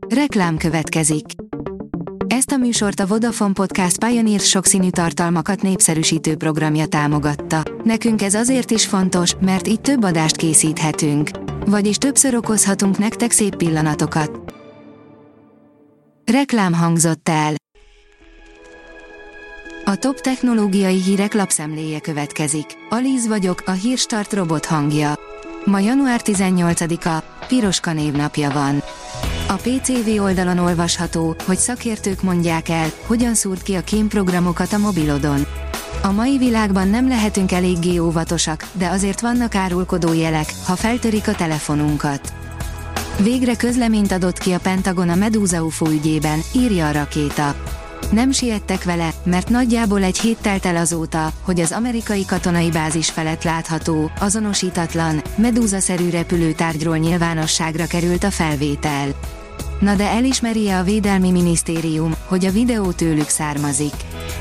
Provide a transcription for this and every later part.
Reklám következik. Ezt a műsort a Vodafone Podcast Pioneer sokszínű tartalmakat népszerűsítő programja támogatta. Nekünk ez azért is fontos, mert így több adást készíthetünk. Vagyis többször okozhatunk nektek szép pillanatokat. Reklám hangzott el. A top technológiai hírek lapszemléje következik. Alíz vagyok, a Hírstart robot hangja. Ma január 18-a, Piroska névnapja van. A PCV oldalon olvasható, hogy szakértők mondják el, hogyan szúrt ki a kémprogramokat a mobilodon. A mai világban nem lehetünk eléggé óvatosak, de azért vannak árulkodó jelek, ha feltörik a telefonunkat. Végre közleményt adott ki a Pentagon a Medusa UFO ügyében, írja a Rakéta. Nem siettek vele, mert nagyjából egy hét telt el azóta, hogy az amerikai katonai bázis felett látható, azonosítatlan, Medusa-szerű repülőtárgyról nyilvánosságra került a felvétel. Na de elismeri-e a Védelmi Minisztérium, hogy a videó tőlük származik?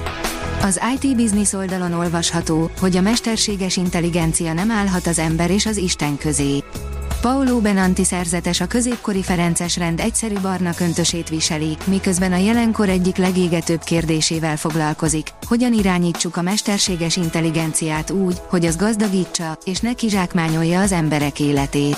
Az IT Business oldalon olvasható, hogy a mesterséges intelligencia nem állhat az ember és az Isten közé. Paolo Benanti szerzetes a középkori ferences rend egyszerű barna köntösét viseli, miközben a jelenkor egyik legégetőbb kérdésével foglalkozik, hogyan irányítsuk a mesterséges intelligenciát úgy, hogy az gazdagítsa, és ne kizsákmányolja az emberek életét.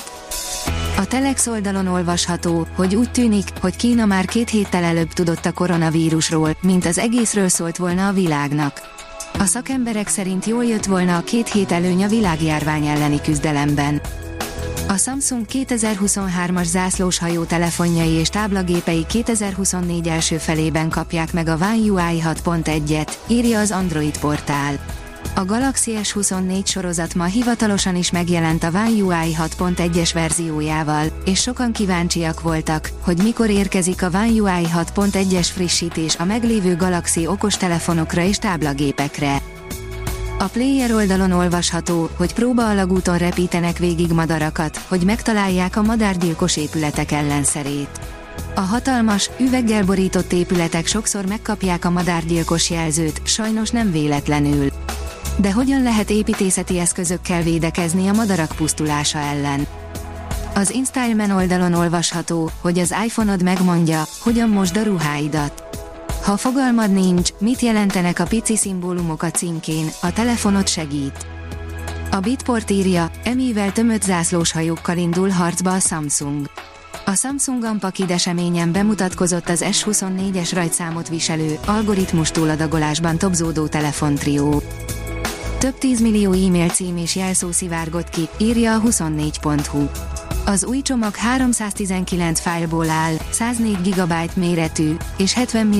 A Telex oldalon olvasható, hogy úgy tűnik, hogy Kína már 2 héttel előbb tudott a koronavírusról, mint az egészről szólt volna a világnak. A szakemberek szerint jól jött volna a 2 hét előny a világjárvány elleni küzdelemben. A Samsung 2023-as zászlóshajó telefonjai és táblagépei 2024 első felében kapják meg a One UI 6.1-et, írja az Android portál. A Galaxy S24 sorozat ma hivatalosan is megjelent a One UI 6.1-es verziójával, és sokan kíváncsiak voltak, hogy mikor érkezik a One UI 6.1-es frissítés a meglévő Galaxy okostelefonokra és táblagépekre. A Player oldalon olvasható, hogy próbaalagúton repítenek végig madarakat, hogy megtalálják a madárgyilkos épületek ellenszerét. A hatalmas, üveggel borított épületek sokszor megkapják a madárgyilkos jelzőt, sajnos nem véletlenül. De hogyan lehet építészeti eszközökkel védekezni a madarak pusztulása ellen? Az InStyleman oldalon olvasható, hogy az iPhone-od megmondja, hogyan mosd a ruháidat. Ha fogalmad nincs, mit jelentenek a pici szimbólumok a címkén, a telefonod segít. A Bitport írja, emivel tömött zászlóshajókkal indul harcba a Samsung. A Samsung Unpacked eseményen bemutatkozott az S24-es rajtszámot viselő, algoritmus túladagolásban tobzódó telefontrió. Több 10 millió e-mail cím és jelszó szivárgott ki, írja a 24.hu. Az új csomag 319 fájlból áll, 104 GB méretű, és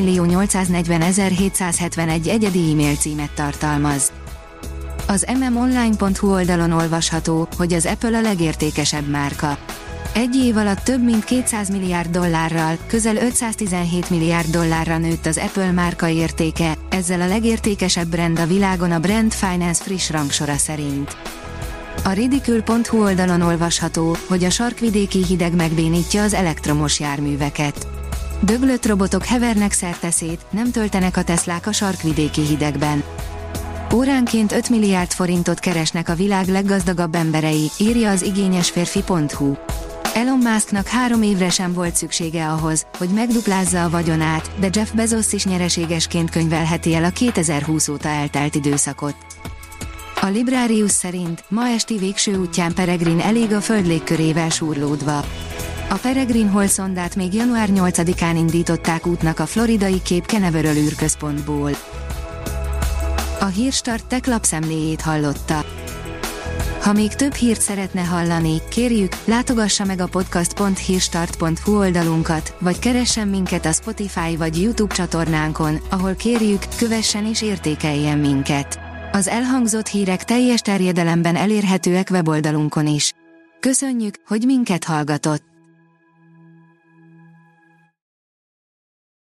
70.840.771 egyedi e-mail címet tartalmaz. Az mmonline.hu oldalon olvasható, hogy az Apple a legértékesebb márka. Egy év alatt több mint $200 milliárd, közel $517 milliárd nőtt az Apple márka értéke, ezzel a legértékesebb brand a világon a Brand Finance friss rangsora szerint. A Ridicule.hu oldalon olvasható, hogy a sarkvidéki hideg megbénítja az elektromos járműveket. Döglött robotok hevernek szerteszét, nem töltenek a Teslák a sarkvidéki hidegben. Óránként 5 milliárd forintot keresnek a világ leggazdagabb emberei, írja az igényesférfi.hu. Elon Musknak 3 évre sem volt szüksége ahhoz, hogy megduplázza a vagyonát, de Jeff Bezos is nyereségesként könyvelheti el a 2020 óta eltelt időszakot. A Librarius szerint ma esti végső útján Peregrine elég a Föld légkörével súrlódva. A Peregrine holdszondát még január 8-án indították útnak a floridai Cape Canaveral űrközpontból. A Hírstart tech lapszemléjét hallotta. Ha még több hírt szeretne hallani, kérjük, látogassa meg a podcast.hírstart.hu oldalunkat, vagy keressen minket a Spotify vagy YouTube csatornánkon, ahol kérjük, kövessen és értékeljen minket. Az elhangzott hírek teljes terjedelemben elérhetőek weboldalunkon is. Köszönjük, hogy minket hallgatott!